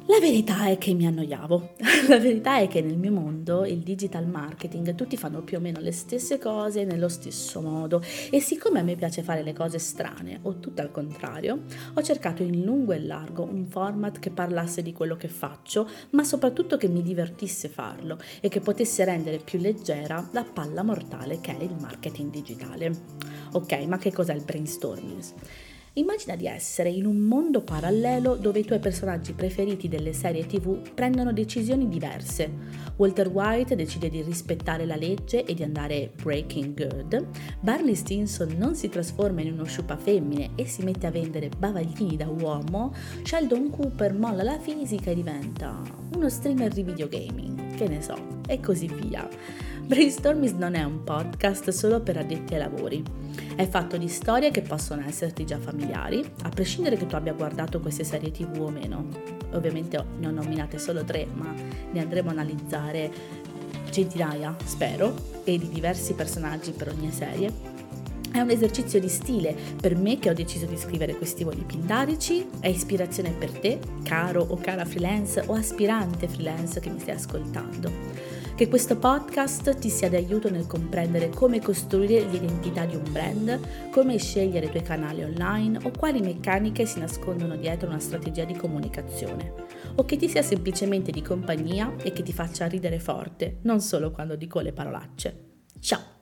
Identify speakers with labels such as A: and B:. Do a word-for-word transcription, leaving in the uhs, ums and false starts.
A: La verità è che mi annoiavo. La verità è che nel mio mondo, il digital marketing, tutti fanno più o meno le stesse cose nello stesso modo e siccome a me piace fare le cose strane o tutto al contrario, ho cercato in lungo e largo un format che parlasse di quello che faccio, ma soprattutto che mi divertisse farlo e che potesse rendere più leggera la palla mortale che è il marketing digitale. Ok, ma che cos'è il brainstorming? Immagina di essere in un mondo parallelo dove i tuoi personaggi preferiti delle serie tivù prendono decisioni diverse. Walter White decide di rispettare la legge e di andare Breaking Good. Barney Stinson non si trasforma in uno sciupa femmine e si mette a vendere bavaglini da uomo. Sheldon Cooper molla la fisica e diventa uno streamer di videogaming, che ne so, e così via. Brainstorming non è un podcast solo per addetti ai lavori. È fatto di storie che possono esserti già familiari, a prescindere che tu abbia guardato queste serie tivù o meno. Ovviamente ne ho nominate solo tre, ma ne andremo a analizzare centinaia, spero, e di diversi personaggi per ogni serie. È un esercizio di stile per me che ho deciso di scrivere questi voli pindarici, è ispirazione per te, caro o cara freelance o aspirante freelance che mi stai ascoltando. Che questo podcast ti sia d'aiuto nel comprendere come costruire l'identità di un brand, come scegliere i tuoi canali online o quali meccaniche si nascondono dietro una strategia di comunicazione, o che ti sia semplicemente di compagnia e che ti faccia ridere forte, non solo quando dico le parolacce. Ciao!